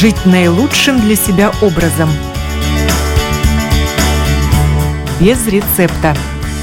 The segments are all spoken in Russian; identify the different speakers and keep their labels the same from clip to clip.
Speaker 1: жить наилучшим для себя образом. Без рецепта.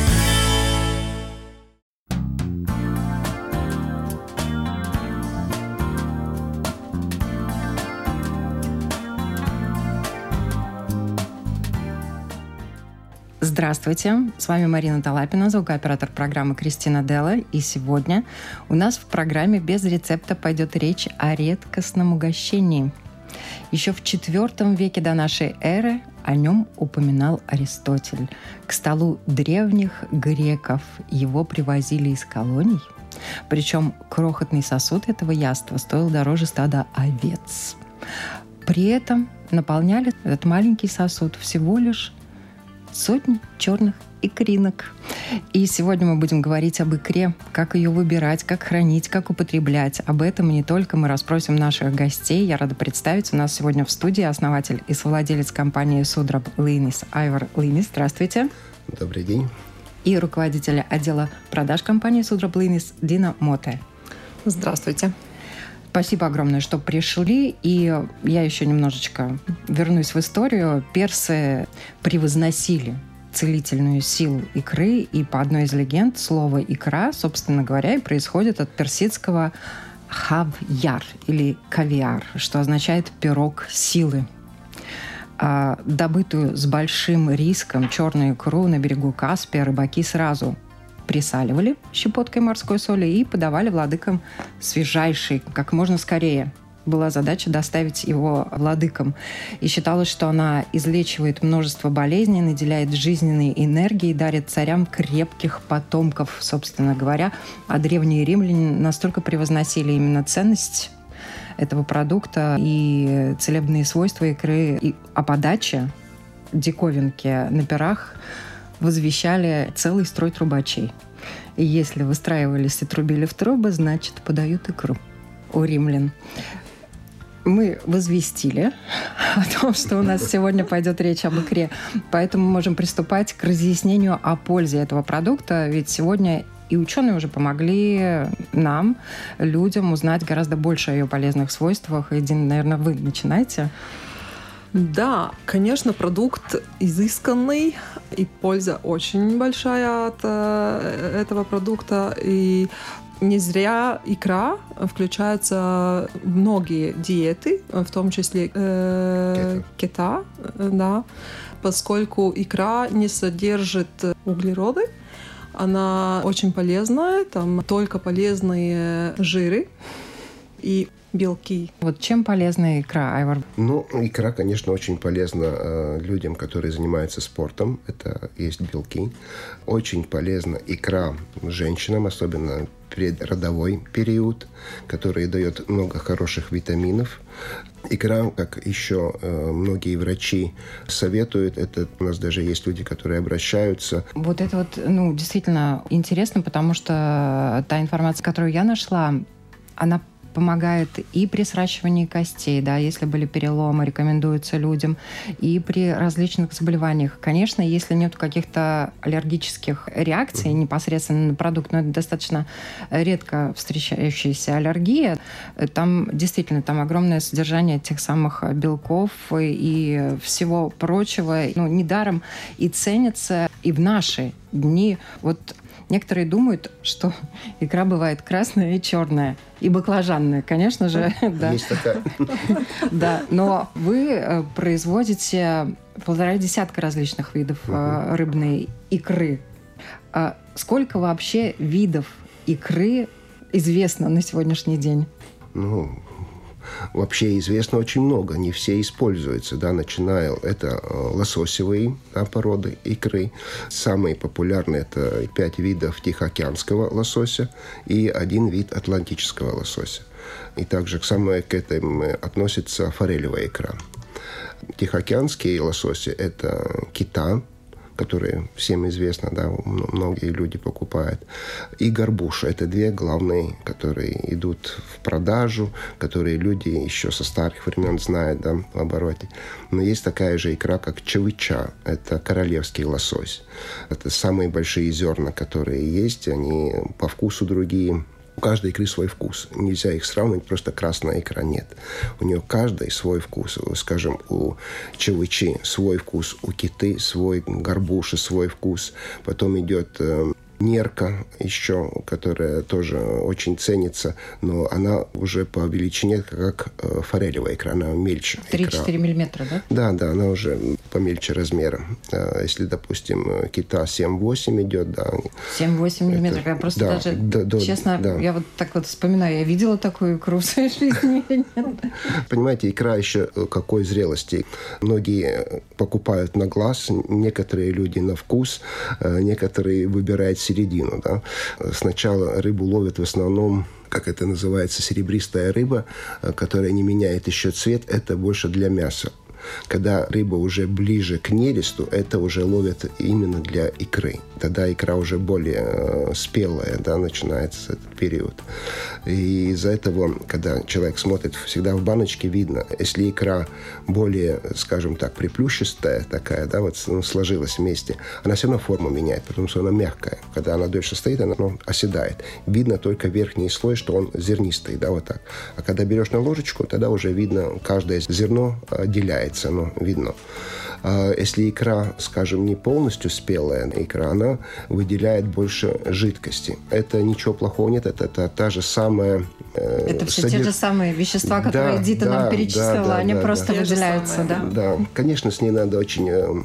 Speaker 2: Здравствуйте, с вами Марина Талапина, звукооператор программы Кристина Делла. И сегодня у нас в программе «Без рецепта» пойдет речь о редкостном угощении. Еще в IV веке до нашей эры о нем упоминал Аристотель. К столу древних греков его привозили из колоний. Причем крохотный сосуд этого яства стоил дороже стада овец. При этом наполняли этот маленький сосуд всего лишь сотни черных икринок. И сегодня мы будем говорить об икре, как ее выбирать, как хранить, как употреблять. Об этом и не только мы расспросим наших гостей. Я рада представить, у нас сегодня в студии основатель и совладелец компании Sudrab Linis Aivar Linis. Здравствуйте.
Speaker 3: Добрый день.
Speaker 2: И руководитель отдела продаж компании Sudrab Linis Дина Моте.
Speaker 4: Здравствуйте.
Speaker 2: Спасибо огромное, что пришли. И я еще немножечко вернусь в историю. Персы превозносили целительную силу икры. И по одной из легенд слово «икра», собственно говоря, и происходит от персидского «хавьяр» или «кавиар», что означает «пирог силы». Добытую с большим риском черную икру на берегу Каспия рыбаки сразу присаливали щепоткой морской соли и подавали владыкам свежайший, как можно скорее. Была задача доставить его владыкам. И считалось, что она излечивает множество болезней, наделяет жизненной энергией, дарит царям крепких потомков, собственно говоря. А древние римляне настолько превозносили именно ценность этого продукта и целебные свойства икры, и о подаче диковинки на пирах возвещали целый строй трубачей. И если выстраивались и трубили в трубы, значит, подают икру у римлян. Мы возвестили о том, что у нас сегодня пойдет речь об икре, поэтому мы можем приступать к разъяснению о пользе этого продукта, ведь сегодня и ученые уже помогли нам, людям, узнать гораздо больше о ее полезных свойствах. И, Дина, наверное, вы начинаете.
Speaker 4: Да, конечно, продукт изысканный, и польза очень большая от этого продукта. И не зря икра включается в многие диеты, в том числе кето, да, поскольку икра не содержит углероды. Она очень полезная, там только полезные жиры и белки.
Speaker 2: Вот чем полезна икра, Айвар?
Speaker 3: Икра, конечно, очень полезна людям, которые занимаются спортом. Это есть белки. Очень полезна икра женщинам, особенно предродовой период, который дает много хороших витаминов. Икра, как еще многие врачи советуют, это у нас даже есть люди, которые обращаются.
Speaker 2: Вот это вот, действительно интересно, потому что та информация, которую я нашла, она помогает и при сращивании костей, да, если были переломы, рекомендуется людям, и при различных заболеваниях. Конечно, если нет каких-то аллергических реакций непосредственно на продукт, но это достаточно редко встречающаяся аллергия, там действительно там огромное содержание тех самых белков и всего прочего. Недаром и ценится и в наши дни. Вот некоторые думают, что икра бывает красная и черная, и баклажанная, конечно же. Да.
Speaker 3: Есть такая.
Speaker 2: Да, но вы производите 1,5 десятка различных видов рыбной икры. Сколько вообще видов икры известно на сегодняшний день?
Speaker 3: Вообще известно очень много, не все используются, да, начиная это лососевые породы икры. Самые популярные это 5 видов тихоокеанского лосося и 1 вид атлантического лосося. И также к этому относится форелевая икра. Тихоокеанские лососи это кита, которые всем известно, да, многие люди покупают. И горбуша. Это 2 главные, которые идут в продажу, которые люди еще со старых времен знают, да, в обороте. Но есть такая же икра, как чевыча. Это королевский лосось. Это самые большие зерна, которые есть. Они по вкусу другие. У каждой икры свой вкус. Нельзя их сравнивать, просто красная икра нет. У нее каждый свой вкус. Скажем, у чевычи свой вкус, у киты свой, горбуши свой вкус. Потом идет нерка еще, которая тоже очень ценится, но она уже по величине как форелевая икра, она мельче.
Speaker 2: 3-4 миллиметра, да?
Speaker 3: Да, она уже помельче размера. Если, допустим, кита 7-8 идет, да.
Speaker 2: 7-8 миллиметров. Я просто честно, я вот так вот вспоминаю, я видела такую икру в своей жизни.
Speaker 3: Понимаете, икра еще какой зрелости. Многие покупают на глаз, некоторые люди на вкус, некоторые выбирают середину. Да. Сначала рыбу ловят в основном, как это называется, серебристая рыба, которая не меняет еще цвет, это больше для мяса. Когда рыба уже ближе к нересту, это уже ловят именно для икры. Тогда икра уже более спелая, да, начинается этот период. И из-за этого, когда человек смотрит, всегда в баночке видно, если икра более, скажем так, приплющистая такая, да, вот сложилась вместе, она все равно форму меняет, потому что она мягкая. Когда она дольше стоит, она оседает. Видно только верхний слой, что он зернистый, да, вот так. А когда берешь на ложечку, тогда уже видно, каждое зерно отделяется, оно видно. А если икра, скажем, не полностью спелая икра, она выделяет больше жидкости. Это ничего плохого нет, это та же самая...
Speaker 2: Это все те же самые вещества, которые Эдита нам перечислила, они просто выделяются, да?
Speaker 3: Да, конечно, с ней надо очень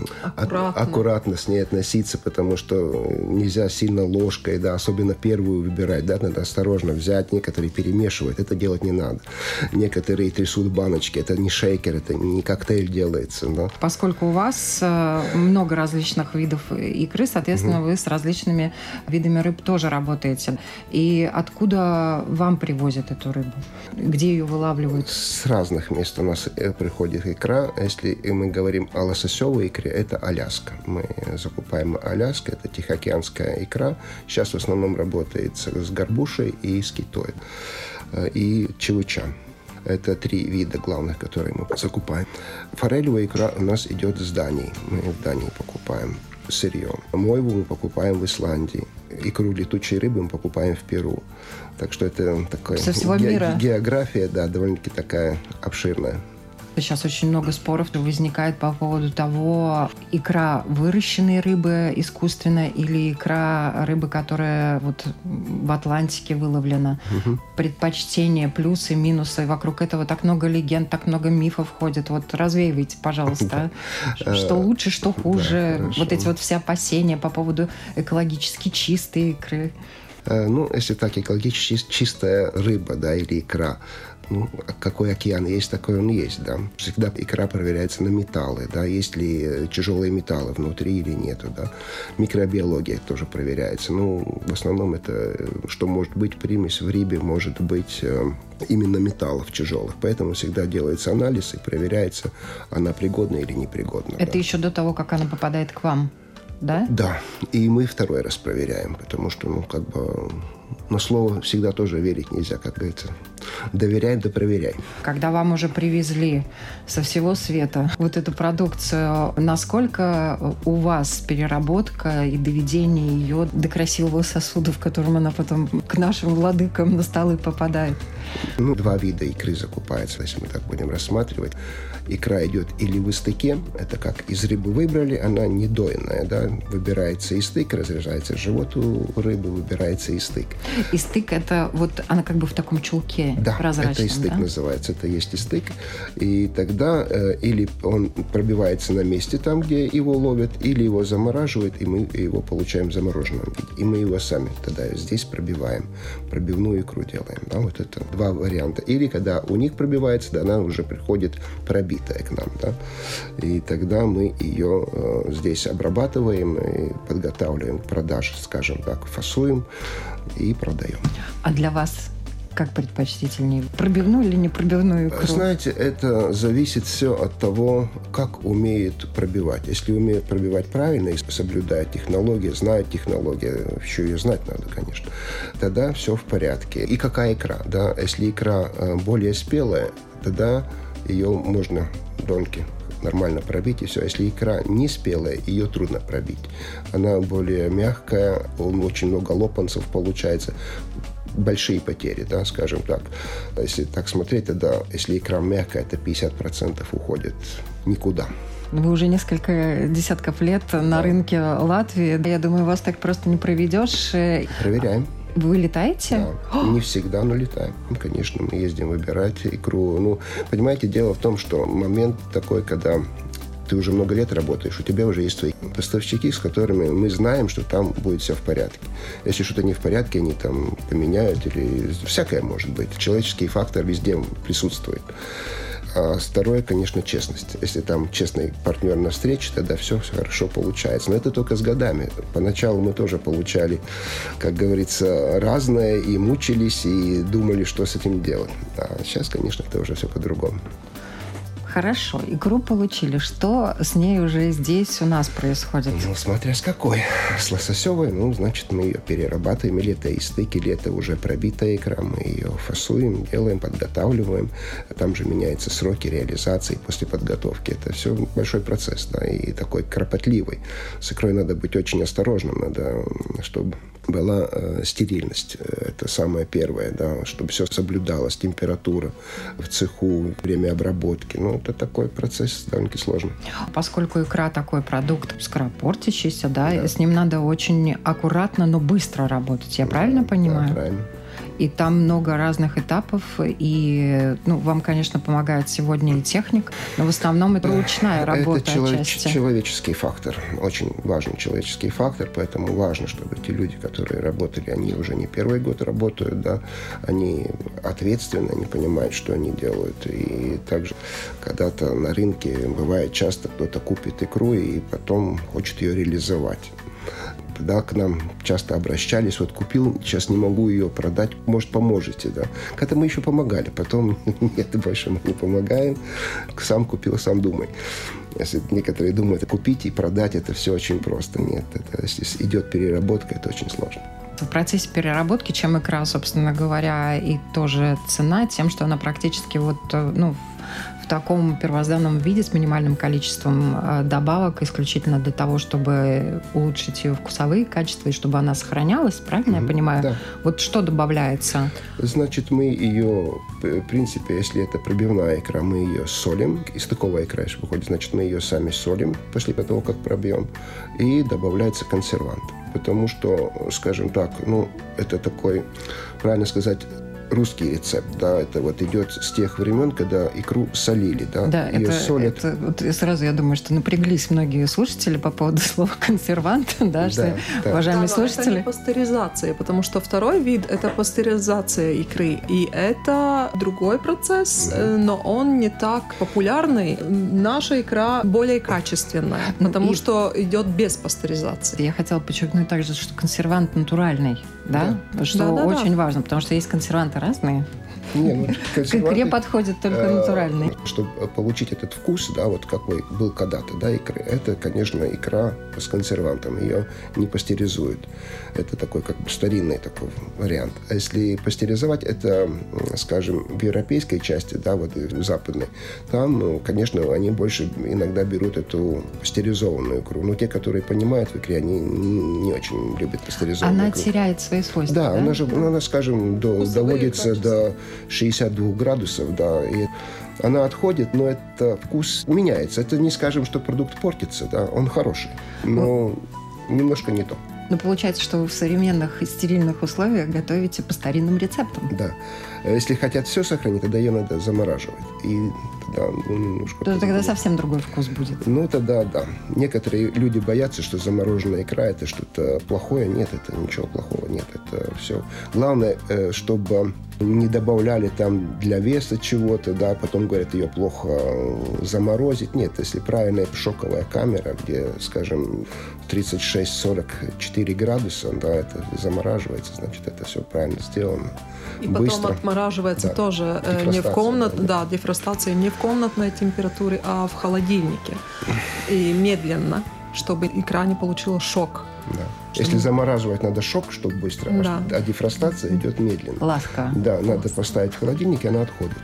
Speaker 3: аккуратно с ней относиться, потому что нельзя сильно ложкой, да, особенно первую выбирать, да, надо осторожно взять, некоторые перемешивают, это делать не надо. Некоторые трясут баночки, это не шейкер, это не коктейль делается, да.
Speaker 2: Поскольку у вас много различных видов икры, соответственно, вы с различными видами рыб тоже работаете. И откуда вам привозят эту рыбу? Где ее вылавливают?
Speaker 3: С разных мест у нас приходит икра. Если мы говорим о лососевой икре, это Аляска. Мы закупаем Аляску, это тихоокеанская икра. Сейчас в основном работает с горбушей и с китой. И чевыча. Это 3 вида главных, которые мы закупаем. Форелевая икра у нас идет с Дании. Мы в Дании покупаем сырье. Мойву мы покупаем в Исландии. Икру летучей рыбы мы покупаем в Перу. Так что это такая география, да, довольно-таки такая обширная.
Speaker 2: Сейчас очень много споров возникает по поводу того, икра выращенной рыбы искусственно или икра рыбы, которая вот в Атлантике выловлена. Предпочтения, плюсы, минусы. Вокруг этого так много легенд, так много мифов ходит. Вот развеивайте, пожалуйста. Что лучше, что хуже. Вот эти вот все опасения по поводу экологически чистой икры.
Speaker 3: Ну, если так, экологически чистая рыба, да, или икра. Ну, какой океан есть, такой он есть, да. Всегда икра проверяется на металлы, да, есть ли тяжелые металлы внутри или нету, да. Микробиология тоже проверяется. Ну, в основном это, что может быть примесь в рыбе, может быть именно металлов тяжелых. Поэтому всегда делается анализ и проверяется, она пригодна или непригодна.
Speaker 2: Это еще до того, как она попадает к вам, да?
Speaker 3: Да. И мы второй раз проверяем, потому что, ну, как бы... Но слово всегда тоже верить нельзя, как говорится. Доверяй, да проверяй.
Speaker 2: Когда вам уже привезли со всего света вот эту продукцию, насколько у вас переработка и доведение ее до красивого сосуда, в котором она потом к нашим владыкам на столы попадает?
Speaker 3: Ну, 2 вида икры закупается, если мы так будем рассматривать. Икра идет или в истыке, это как из рыбы выбрали, она недоенная, да, выбирается истык, разрезается живот у рыбы, выбирается истык.
Speaker 2: Истык – это вот она как бы в таком чулке,
Speaker 3: да,
Speaker 2: прозрачном,
Speaker 3: это истык, да? Называется, это есть истык. И тогда или он пробивается на месте там, где его ловят, или его замораживают, и мы его получаем в замороженном виде. И мы его сами тогда здесь пробиваем, пробивную икру делаем. Да, вот это 2 варианта. Или когда у них пробивается, да, она уже приходит пробитая к нам, да. И тогда мы ее здесь обрабатываем и подготавливаем к продаже, скажем так, фасуем и продаем.
Speaker 2: А для вас как предпочтительнее? Пробивную или не пробивную икру?
Speaker 3: Знаете, это зависит все от того, как умеют пробивать. Если умеют пробивать правильно и соблюдают технологии, знают технологии, еще ее знать надо, конечно, тогда все в порядке. И какая икра, да? Если икра более спелая, тогда ее можно донки нормально пробить, и все. Если икра не спелая, ее трудно пробить. Она более мягкая, очень много лопанцев получается. большие потери, да, скажем так. Если так смотреть, тогда, если икра мягкая, это 50% уходит никуда.
Speaker 2: Вы уже несколько десятков лет на рынке Латвии. Я думаю, вас так просто не проведешь.
Speaker 3: Проверяем.
Speaker 2: Вы летаете?
Speaker 3: Да. Не всегда, но летаем. Конечно, мы ездим выбирать икру. Понимаете, дело в том, что момент такой, когда ты уже много лет работаешь, у тебя уже есть твои поставщики, с которыми мы знаем, что там будет все в порядке. Если что-то не в порядке, они там поменяют или всякое может быть. Человеческий фактор везде присутствует. А второе, конечно, честность. Если там честный партнер на встрече, тогда все хорошо получается. Но это только с годами. Поначалу мы тоже получали, как говорится, разное, и мучились, и думали, что с этим делать. А сейчас, конечно, это уже все по-другому.
Speaker 2: Хорошо, икру получили. Что с ней уже здесь у нас происходит?
Speaker 3: Смотря с какой. С лососевой, значит, мы ее перерабатываем. Или это из стейки, или это уже пробитая икра. Мы ее фасуем, делаем, подготавливаем. Там же меняются сроки реализации после подготовки. Это все большой процесс, да, и такой кропотливый. С икрой надо быть очень осторожным. Надо, чтобы была стерильность. Это самое первое, да, чтобы все соблюдалось. Температура в цеху, время обработки. Это такой процесс довольно-таки сложный.
Speaker 2: Поскольку икра такой продукт скоропортящийся, да, с ним надо очень аккуратно, но быстро работать. Я правильно понимаю?
Speaker 3: Да, правильно.
Speaker 2: И там много разных этапов, и вам, конечно, помогает сегодня и техник, но в основном это ручная работа отчасти.
Speaker 3: Человеческий фактор, очень важный человеческий фактор, поэтому важно, чтобы те люди, которые работали, они уже не первый год работают, да, они ответственны, они понимают, что они делают. И также когда-то на рынке бывает часто кто-то купит икру и потом хочет ее реализовать. Тогда к нам часто обращались, купил, сейчас не могу ее продать, может, поможете, да. Когда мы еще помогали, потом нет, больше мы не помогаем, сам купил, сам думай. Если некоторые думают, купить и продать, это все очень просто. Нет, это, если идет переработка, это очень сложно.
Speaker 2: В процессе переработки, чем икра, собственно говоря, и тоже цена, тем, что она практически в таком первозданном виде с минимальным количеством добавок исключительно для того, чтобы улучшить ее вкусовые качества и чтобы она сохранялась, правильно я понимаю?
Speaker 3: Да.
Speaker 2: Что добавляется?
Speaker 3: Значит, мы ее, в принципе, если это пробивная икра, мы ее солим. Из такого икра, если выходит, значит, мы ее сами солим после того, как пробьем. И добавляется консервант. Потому что, скажем так, это такой, правильно сказать, русский рецепт, да, это идет с тех времен, когда икру солили, да,
Speaker 2: да,
Speaker 3: ее солят.
Speaker 2: Сразу я думаю, что напряглись многие слушатели по поводу слова консервант, да, что, уважаемые слушатели.
Speaker 4: Это не пастеризация, потому что второй вид – это пастеризация икры, и это другой процесс, но он не так популярный. Наша икра более качественная, потому что идет без пастеризации.
Speaker 2: Я хотела подчеркнуть также, что консервант натуральный, да? Что очень важно, потому что есть консерванты разные. К икре подходит только натуральный.
Speaker 3: Чтобы получить этот вкус, да, какой был когда-то, да, икры, это, конечно, икра с консервантом. Ее не пастеризуют. Это такой, старинный такой вариант. А если пастеризовать, это, скажем, в европейской части, да, в западной, там, конечно, они больше иногда берут эту пастеризованную икру. Но те, которые понимают в икре, они не очень любят пастеризованную икру.
Speaker 2: Она теряет свои свойства,
Speaker 3: да? Она, скажем, доводится до 62 градусов, да, и она отходит, но это вкус меняется. Это не скажем, что продукт портится, да, он хороший, но немножко не то.
Speaker 2: Но получается, что вы в современных и стерильных условиях готовите по старинным рецептам.
Speaker 3: Да. Если хотят все сохранить, тогда ее надо замораживать. И тогда немножко...
Speaker 2: Тогда совсем другой вкус будет.
Speaker 3: Тогда да. Некоторые люди боятся, что замороженная икра – это что-то плохое. Нет, это ничего плохого нет. Это все. Главное, чтобы не добавляли там для веса чего-то, да, потом говорят, ее плохо заморозить. Нет, если правильная шоковая камера, где, скажем, 36-44 градуса, да, это замораживается, значит, это все правильно сделано.
Speaker 4: И потом отмораживается тоже не в комнатной, дефростация не в комнатной температуре, а в холодильнике. И медленно, чтобы икра не получила шок.
Speaker 3: Да. Если замораживать, надо шок, чтобы быстро, а дефростация идет медленно.
Speaker 2: Ласка.
Speaker 3: Да, надо поставить в холодильник, и она отходит.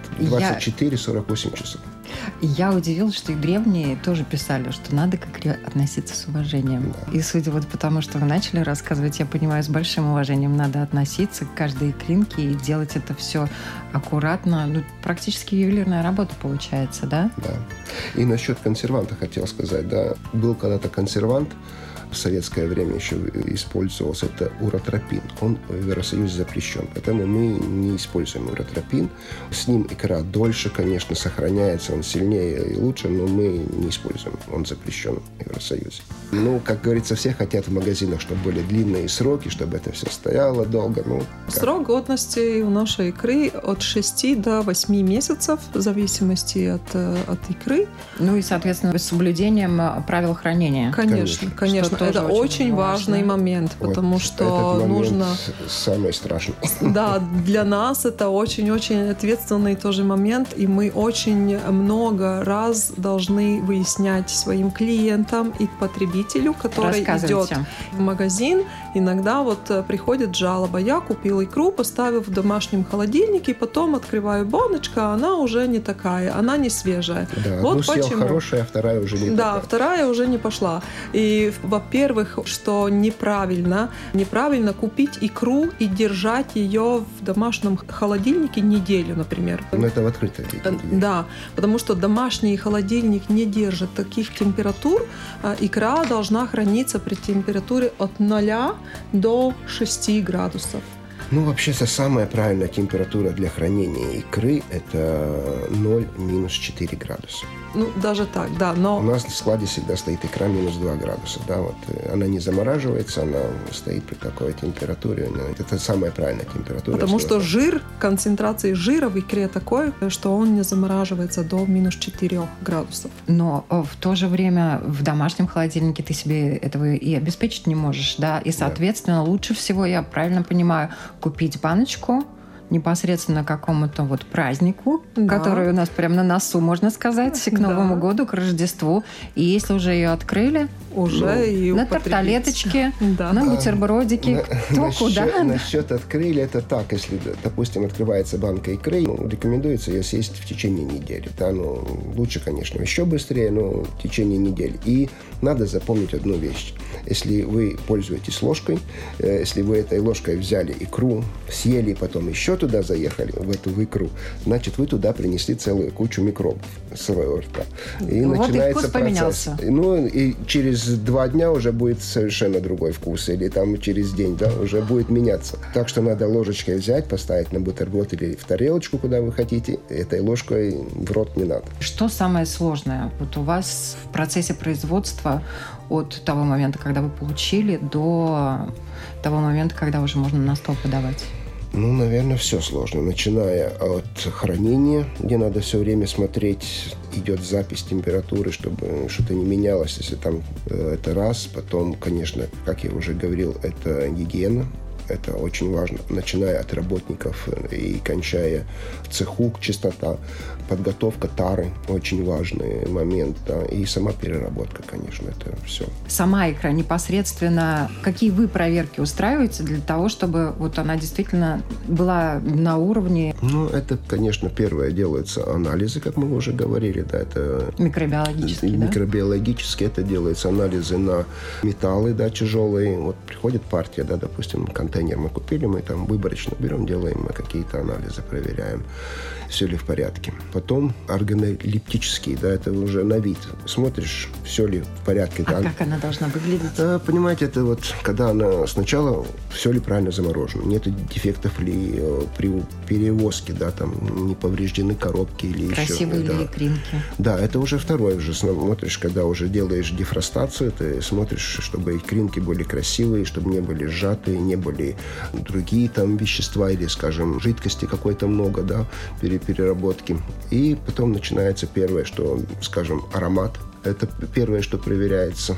Speaker 3: 24-48 часов.
Speaker 2: Я удивилась, что и древние тоже писали, что надо к икре относиться с уважением. Да. И судя вот потому, что вы начали рассказывать, я понимаю, с большим уважением надо относиться к каждой икринке и делать это все аккуратно. Ну, практически ювелирная работа получается, да?
Speaker 3: Да. И насчет консерванта хотел сказать. Да, был когда-то консервант, в советское время еще использовался, это уротропин. Он в Евросоюзе запрещен, поэтому мы не используем уротропин. С ним икра дольше, конечно, сохраняется, он сильнее и лучше, но мы не используем, он запрещен в Евросоюзе. Ну, как говорится, все хотят в магазинах, чтобы были длинные сроки, чтобы это все стояло долго. Ну,
Speaker 4: срок годности у нашей икры от 6 до 8 месяцев, в зависимости от икры.
Speaker 2: Ну и, соответственно, с соблюдением правил хранения.
Speaker 4: Конечно. Это очень важный момент, потому
Speaker 3: вот
Speaker 4: что
Speaker 3: этот момент
Speaker 4: нужно...
Speaker 3: самый страшный.
Speaker 4: Да, для нас это очень-очень ответственный тоже момент, и мы очень много раз должны выяснять своим клиентам и потребителю, который идет в магазин. Иногда вот приходит жалоба: я купил икру, поставил в домашнем холодильнике, потом открываю баночку, а она уже не такая, она не свежая.
Speaker 3: Да,
Speaker 4: вот
Speaker 3: одну съел хорошая, а вторая уже не
Speaker 4: Да,
Speaker 3: такая.
Speaker 4: вторая уже не пошла. И, во-первых, что неправильно купить икру и держать ее в домашнем холодильнике неделю, например.
Speaker 3: Но это в открытом виде.
Speaker 4: Да, потому что домашний холодильник не держит таких температур. Икра должна храниться при температуре от 0 до 6 градусов.
Speaker 3: Ну, вообще-то, самая правильная температура для хранения икры – это 0-4 градуса.
Speaker 4: Ну, даже так, да, но...
Speaker 3: У нас в складе всегда стоит икра -2 градуса, да, вот. Она не замораживается, она стоит при такой температуре. Это самая правильная температура.
Speaker 4: Потому что концентрация жира в икре такой, что он не замораживается до -4 градусов.
Speaker 2: Но в то же время в домашнем холодильнике ты себе этого и обеспечить не можешь, да, и, соответственно, лучше всего, я правильно понимаю, купить баночку непосредственно к какому-то вот празднику, который у нас прямо на носу, можно сказать, к Новому году, к Рождеству. И если уже ее открыли,
Speaker 4: и
Speaker 2: на тарталеточке, на бутербродике, кто куда.
Speaker 3: Насчет открыли, это так, если, допустим, открывается банка икры, рекомендуется ее съесть в течение недели. Да, лучше, конечно, еще быстрее, но в течение недели. И надо запомнить одну вещь. Если вы пользуетесь ложкой, если вы этой ложкой взяли икру, съели, потом еще туда заехали, в эту икру, значит, вы туда принесли целую кучу микробов с своего рта. И
Speaker 2: вот
Speaker 3: начинается
Speaker 2: и вкус
Speaker 3: процесс.
Speaker 2: Поменялся.
Speaker 3: Ну, и через 2 дня уже будет совершенно другой вкус. Или там через день, да, уже будет меняться. Так что надо ложечкой взять, поставить на бутерброд или в тарелочку, куда вы хотите. Этой ложкой в рот не надо.
Speaker 2: Что самое сложное вот у вас в процессе производства от того момента, когда вы получили, до того момента, когда уже можно на стол подавать?
Speaker 3: Ну, наверное, все сложно. Начиная от хранения, где надо все время смотреть, идет запись температуры, чтобы что-то не менялось. Если там это раз, потом, конечно, как я уже говорил, это гигиена. Это очень важно, начиная от работников и кончая в цеху, чистота, подготовка тары – очень важный момент, да, и сама переработка, конечно, это все.
Speaker 2: Сама икра непосредственно, какие вы проверки устраиваете для того, чтобы вот она действительно была на уровне?
Speaker 3: Ну, это, конечно, первое, делаются анализы, как мы уже говорили, да, это
Speaker 2: микробиологические, да?
Speaker 3: Микробиологически это делаются анализы на металлы, да, тяжелые. Вот приходит партия, да, допустим, контейнер мы купили, мы там выборочно берем, делаем какие-то анализы, проверяем, все ли в порядке. Потом органолептические, да, это уже на вид. Смотришь, все ли в порядке.
Speaker 2: А как она должна выглядеть?
Speaker 3: Понимаете, это вот, когда она сначала, все ли правильно заморожено, нет дефектов ли при перевозке, да, там не повреждены коробки или еще.
Speaker 2: Красивые ли икринки.
Speaker 3: Да, это уже второе, уже смотришь, когда уже делаешь дефростацию, ты смотришь, чтобы икринки были красивые, чтобы не были сжатые, не были другие там вещества или, скажем, жидкости какой-то много, да, переработки. И потом начинается первое, что, скажем, аромат. Это первое, что проверяется.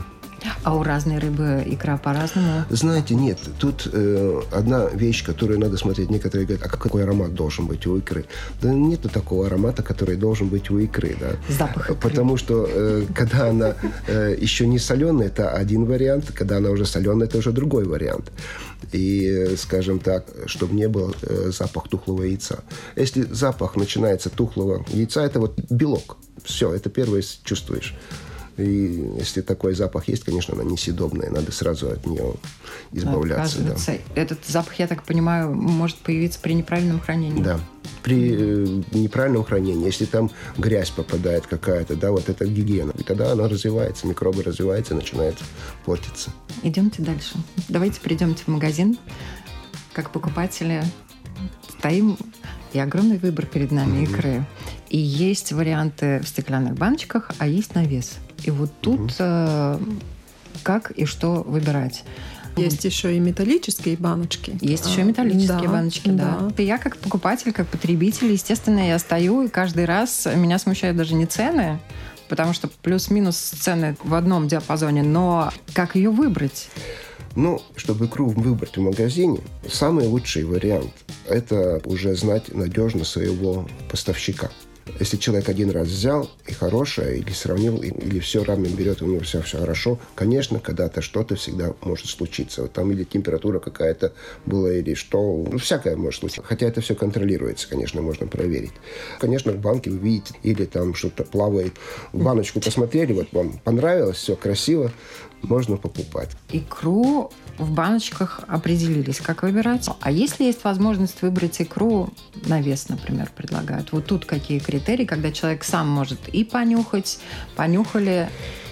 Speaker 2: А у разной рыбы икра по-разному?
Speaker 3: Знаете, нет. Тут одна вещь, которую надо смотреть. Некоторые говорят, а какой аромат должен быть у икры? Да нету такого аромата, который должен быть у икры. Да?
Speaker 2: Запах икры.
Speaker 3: Потому что когда она еще не соленая, это один вариант. Когда она уже соленая, это уже другой вариант. И, скажем так, чтобы не был запах тухлого яйца. Если запах начинается тухлого яйца, это вот белок. Все, это первое чувствуешь. И если такой запах есть, конечно, она несъедобная. Надо сразу от нее избавляться. Да.
Speaker 2: Этот запах, я так понимаю, может появиться при неправильном хранении?
Speaker 3: Да. При неправильном хранении, если там грязь попадает какая-то, да, вот это гигиена. И тогда она развивается, микробы развиваются, начинает портиться.
Speaker 2: Идемте дальше. Давайте придемте в магазин. Как покупатели стоим, и огромный выбор перед нами икры. И есть варианты в стеклянных баночках, а есть на вес. И вот тут как и что выбирать.
Speaker 4: Есть еще и металлические баночки.
Speaker 2: Есть еще и металлические баночки, да. И я как покупатель, как потребитель, естественно, я стою, и каждый раз меня смущают даже не цены, потому что плюс-минус цены в одном диапазоне, но как ее выбрать?
Speaker 3: Ну, чтобы икру выбрать в магазине, самый лучший вариант – это уже знать надежно своего поставщика. Если человек один раз взял, и хорошее, или сравнил, или все равно берет, у него все хорошо, конечно, когда-то что-то всегда может случиться. Вот там или температура какая-то была, или что, ну, всякое может случиться. Хотя это все контролируется, конечно, можно проверить. Конечно, в банке вы видите, или там что-то плавает. В баночку посмотрели, вот вам понравилось, все красиво, можно покупать.
Speaker 2: Икру в баночках определились, как выбирать. А если есть возможность выбрать икру на вес, например, предлагают? Вот тут какие критерии, когда человек сам может и понюхать, понюхали,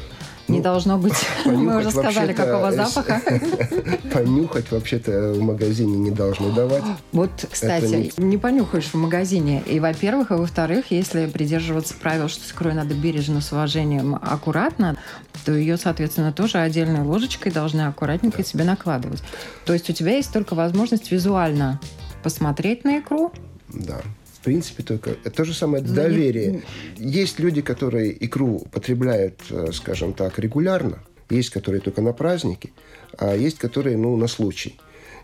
Speaker 2: не должно быть, мы уже сказали, какого запаха.
Speaker 3: Понюхать вообще-то в магазине не должны давать.
Speaker 2: Вот, кстати, не понюхаешь в магазине. И, во-первых, и во-вторых, если придерживаться правил, что с икрой надо бережно, с уважением, аккуратно, то ее, соответственно, тоже отдельной ложечкой должны аккуратненько себе накладывать. То есть у тебя есть только возможность визуально посмотреть на икру.
Speaker 3: Да. В принципе, только то же самое доверие. Есть люди, которые икру потребляют, скажем так, регулярно. Есть, которые только на праздники, а есть, которые, на случай.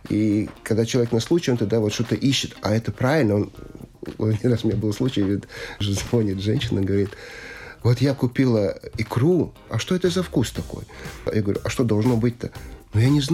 Speaker 3: И когда человек на случай, он тогда вот что-то ищет. А это правильно. Один раз у меня был случай, звонит женщина, говорит: вот я купила икру, а что это за вкус такой? Я говорю: а что должно быть-то? Я не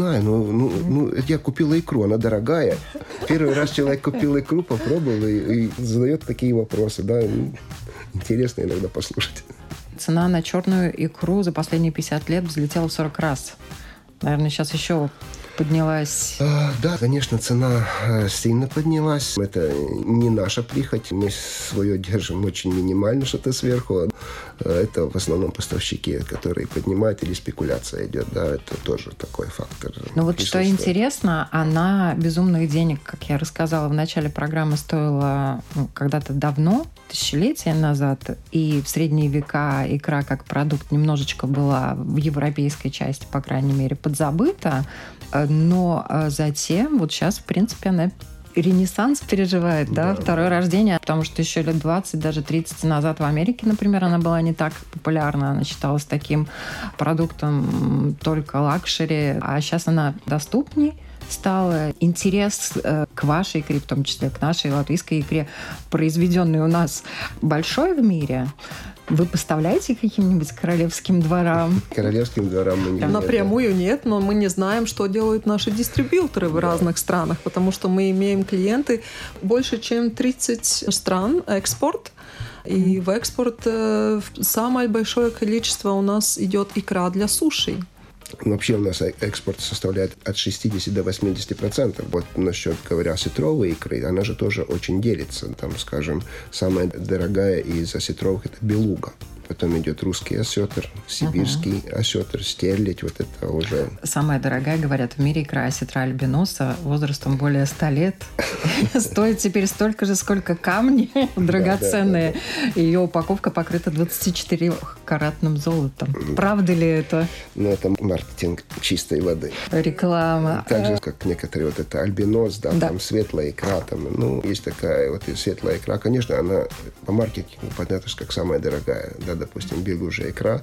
Speaker 3: знаю, я купила икру, она дорогая. Первый раз человек купил икру, попробовал и задает такие вопросы. Да? Интересно иногда послушать.
Speaker 2: Цена на черную икру за последние 50 лет взлетела в 40 раз. Наверное, сейчас еще поднялась.
Speaker 3: Да, конечно, цена сильно поднялась. Это не наша прихоть. Мы свое держим очень минимально, что-то сверху. Это в основном поставщики, которые поднимают, или спекуляция идет. Да, это тоже такой фактор.
Speaker 2: Но вот что интересно, она безумных денег, как я рассказала в начале программы, стоила когда-то давно, тысячелетия назад. И в средние века икра как продукт немножечко была в европейской части, по крайней мере, подзабыта. Но затем, вот сейчас, в принципе, она ренессанс переживает, да, второе рождение, потому что еще лет 20, даже 30 назад в Америке, например, она была не так популярна, она считалась таким продуктом только лакшери, а сейчас она доступней стала. Интерес к вашей икре, в том числе к нашей латвийской икре, произведенной у нас, большой в мире. Вы поставляете каким-нибудь королевским дворам?
Speaker 3: Королевским дворам мы не
Speaker 4: напрямую нет, но мы не знаем, что делают наши дистрибьюторы в разных странах, потому что мы имеем клиенты больше, чем 30 стран, экспорт. И в экспорт самое большое количество у нас идет икра для суши.
Speaker 3: Вообще у нас экспорт составляет от 60 до 80%. Вот насчет, говоря, осетровой икры, она же тоже очень делится. Там, скажем, самая дорогая из осетровых – это белуга. Потом идет русский осетр, сибирский осетр, стерлядь. Вот это уже...
Speaker 2: Самая дорогая, говорят, в мире икра осетра альбиноса возрастом более 100 лет. Стоит теперь столько же, сколько камни драгоценные. Ее упаковка покрыта 24-каратным золотом. Правда ли это?
Speaker 3: Это маркетинг чистой воды.
Speaker 2: Реклама.
Speaker 3: Так же, как некоторые, вот это альбинос, там светлая икра. Там, есть такая вот и светлая икра. Конечно, она по маркетингу понятно, как самая дорогая. Да, допустим, белужья икра.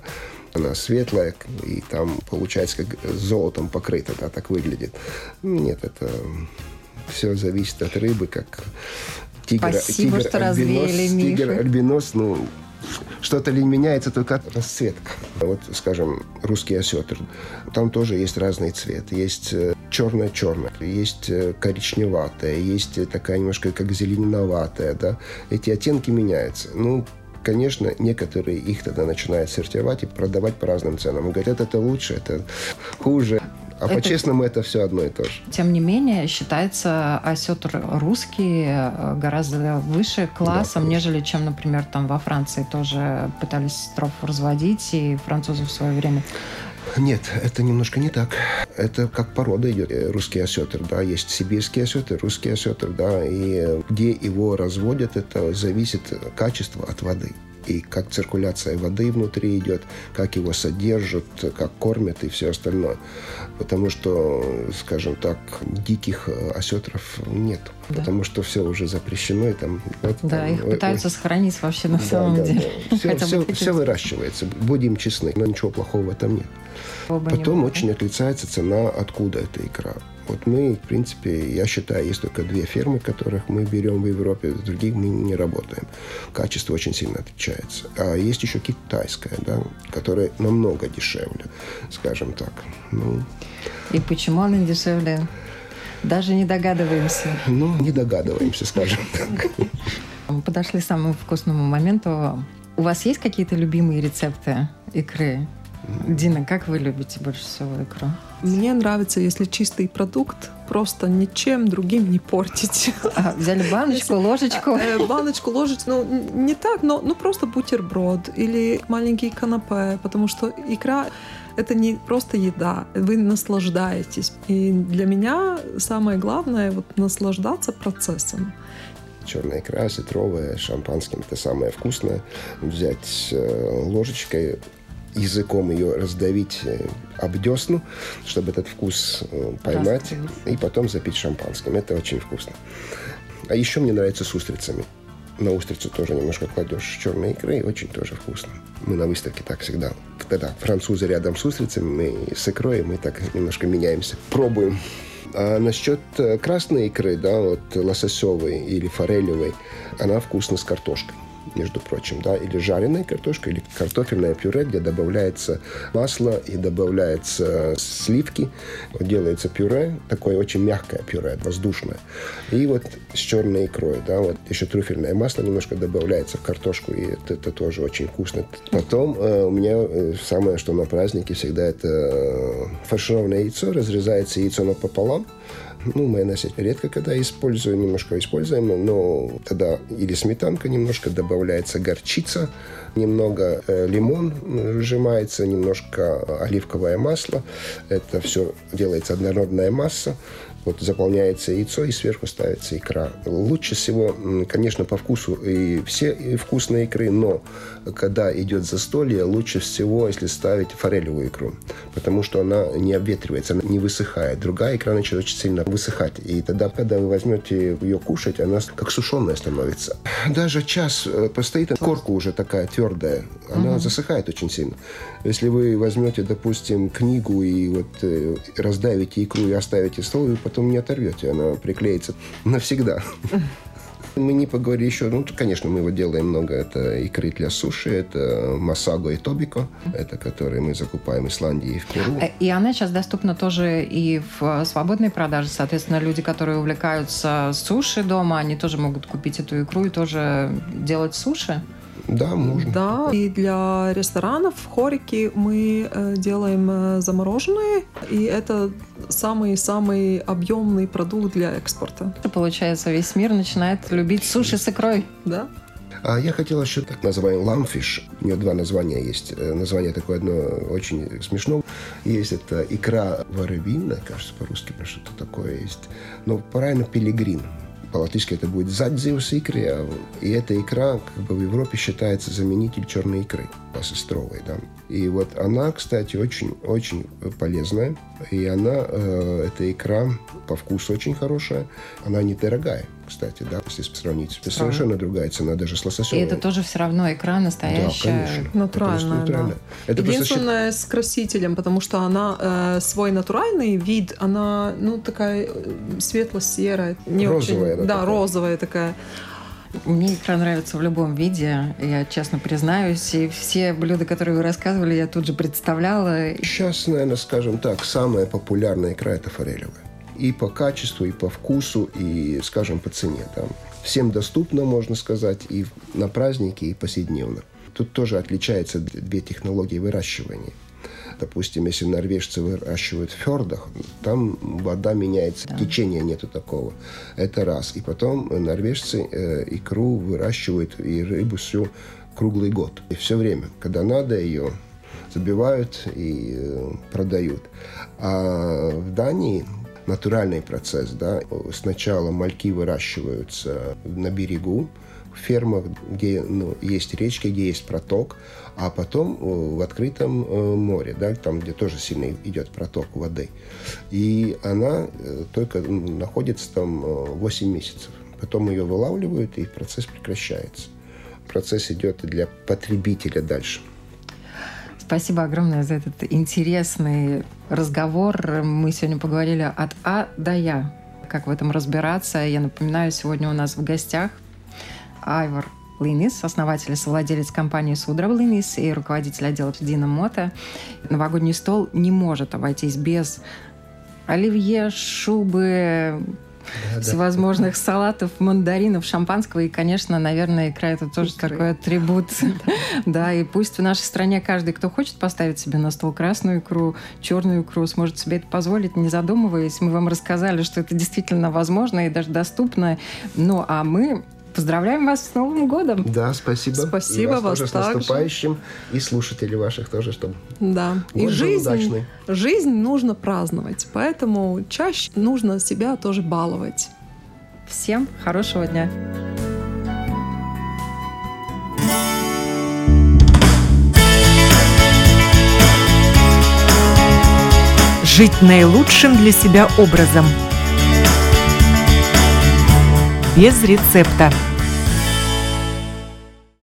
Speaker 3: Она светлая, и там получается как золотом покрыта, да, так выглядит. Нет, это все зависит от рыбы, как
Speaker 2: Спасибо, что развеяли, Миша.
Speaker 3: Тигр-альбинос, что-то ли меняется, только расцветка. Вот, скажем, русский осетр. Там тоже есть разный цвет. Есть черное-черное, есть коричневатое, есть такая немножко как зеленоватая, да. Эти оттенки меняются. Конечно, некоторые их тогда начинают сортировать и продавать по разным ценам. И говорят, это лучше, это хуже. А по-честному это все одно и то же.
Speaker 2: Тем не менее, считается осетр русский гораздо выше классом, да, нежели чем, например, там во Франции тоже пытались трофу разводить, и французы в свое время.
Speaker 3: Нет, это немножко не так. Это как порода идет. Русский осетр, да, есть сибирский осетр, русский осетр, да, и где его разводят, это зависит качество от воды. И как циркуляция воды внутри идет, как его содержат, как кормят и все остальное. Потому что, скажем так, диких осетров нет. Да. Потому что все уже запрещено. И там,
Speaker 2: их пытаются сохранить вообще на самом деле.
Speaker 3: Все выращивается. Будем честны, но ничего плохого в этом нет. Потом очень отличается цена, откуда эта икра. Вот мы, в принципе, я считаю, есть только 2 фермы, которых мы берем в Европе, с других мы не работаем. Качество очень сильно отличается. А есть еще китайская, да, которая намного дешевле, скажем так.
Speaker 2: И почему она дешевле? Даже не догадываемся.
Speaker 3: Не догадываемся, скажем так.
Speaker 2: Мы подошли к самому вкусному моменту. У вас есть какие-то любимые рецепты икры? Дина, как вы любите больше всего икру?
Speaker 4: Мне нравится, если чистый продукт, просто ничем другим не портить.
Speaker 2: Взяли баночку, ложечку?
Speaker 4: Баночку, ложечку, не так, но просто бутерброд или маленький канапе, потому что икра — это не просто еда, вы наслаждаетесь. И для меня самое главное — наслаждаться процессом.
Speaker 3: Черная икра, осетровая, с шампанским — это самое вкусное. Взять ложечкой, языком ее раздавить об десну, чтобы этот вкус поймать, и потом запить шампанским. Это очень вкусно. А еще мне нравится с устрицами. На устрицу тоже немножко кладешь черной икры, и очень тоже вкусно. Мы на выставке так всегда. Когда французы рядом с устрицами, мы с икрой, мы так немножко меняемся. Пробуем. А насчет красной икры, да, лососевой или форелевой, она вкусна с картошкой, между прочим, да, или жареная картошка, или картофельное пюре, где добавляется масло и добавляется сливки, делается пюре, такое очень мягкое пюре, воздушное, и с черной икрой, да, еще трюфельное масло немножко добавляется в картошку, и это тоже очень вкусно. Потом у меня самое, что на празднике всегда, это фаршированное яйцо, разрезается яйцо напополам. Майонез редко когда немножко используем, но тогда или сметанка немножко, добавляется горчица, немного лимон сжимается, немножко оливковое масло. Это все делается однородная масса. Заполняется яйцо, и сверху ставится икра. Лучше всего, конечно, по вкусу и все вкусные икры, но когда идет застолье, лучше всего, если ставить форелевую икру, потому что она не обветривается, она не высыхает. Другая икра начинает очень сильно высыхать. И тогда, когда вы возьмете ее кушать, она как сушеная становится. Даже час постоит, корка уже такая твердая, она засыхает очень сильно. Если вы возьмете, допустим, книгу и раздавите икру и оставите в стол, вы потом не оторвете, она приклеится навсегда. Мы не поговорили еще, конечно, мы делаем много, это икры для суши, это масаго и тобико, это которые мы закупаем в Исландии и в Перу.
Speaker 2: И она сейчас доступна тоже и в свободной продаже, соответственно, люди, которые увлекаются суши дома, они тоже могут купить эту икру и тоже делать суши?
Speaker 3: Да, можно.
Speaker 4: Да, и для ресторанов в Хорике мы делаем замороженные, и это самый-самый объемный продукт для экспорта.
Speaker 2: Получается, весь мир начинает любить суши с икрой.
Speaker 4: Да.
Speaker 3: А я хотел еще так называемый ламфиш. У нее 2 названия есть. Название такое одно очень смешное. Есть это икра воробьиная, кажется, по-русски что-то такое есть. Но правильно пилигрин. По-латышски это будет задзиус икры, и эта икра в Европе считается заменитель черной икры, осетровой, да. И она, кстати, очень-очень полезная, и эта икра по вкусу очень хорошая, она недорогая, кстати, да, если сравнить. Совершенно другая цена, даже с лососевой.
Speaker 2: И это тоже все равно икра настоящая.
Speaker 3: Да, конечно.
Speaker 4: Натуральная, да.
Speaker 3: Это
Speaker 4: единственное с красителем, потому что она свой натуральный вид, она, такая светло-серая. Не
Speaker 3: розовая.
Speaker 4: Очень, да, розовая такая.
Speaker 2: Мне икра нравится в любом виде, я честно признаюсь. И все блюда, которые вы рассказывали, я тут же представляла.
Speaker 3: Сейчас, наверное, скажем так, самая популярная икра – это форелевая. И по качеству, и по вкусу, и, скажем, по цене. Там всем доступно, можно сказать, и на праздники, и повседневно. Тут тоже отличаются две технологии выращивания. Допустим, если норвежцы выращивают в фьордах, там вода меняется, течения нету такого. Это раз. И потом норвежцы икру выращивают и рыбу всю круглый год. И все время, когда надо, ее забивают и продают. А в Дании натуральный процесс, да, сначала мальки выращиваются на берегу, в фермах, где есть речки, где есть проток, а потом в открытом море, да, там, где тоже сильно идет проток воды. И она только находится там 8 месяцев. Потом ее вылавливают, и процесс прекращается. Процесс идет для потребителя дальше.
Speaker 2: Спасибо огромное за этот интересный разговор. Мы сегодня поговорили от А до Я. Как в этом разбираться? Я напоминаю, сегодня у нас в гостях Айвар Линис, основатель и совладелец компании Судрав Линис и руководитель отдела Дина Мота. Новогодний стол не может обойтись без оливье, шубы, всевозможных салатов, мандаринов, шампанского. И, конечно, наверное, икра – это тоже такой атрибут. Да, и пусть в нашей стране каждый, кто хочет поставить себе на стол красную икру, черную икру, сможет себе это позволить, не задумываясь. Мы вам рассказали, что это действительно возможно и даже доступно. Ну, а мы поздравляем вас с Новым годом!
Speaker 3: Да, спасибо.
Speaker 4: Спасибо
Speaker 3: и вас тоже
Speaker 4: также.
Speaker 3: с наступающим. И слушателей ваших тоже, чтобы
Speaker 4: да.
Speaker 3: год
Speaker 4: И
Speaker 3: был удачный.
Speaker 4: Жизнь нужно праздновать, поэтому чаще нужно себя тоже баловать.
Speaker 2: Всем хорошего дня!
Speaker 1: Жить наилучшим для себя образом. Без рецепта.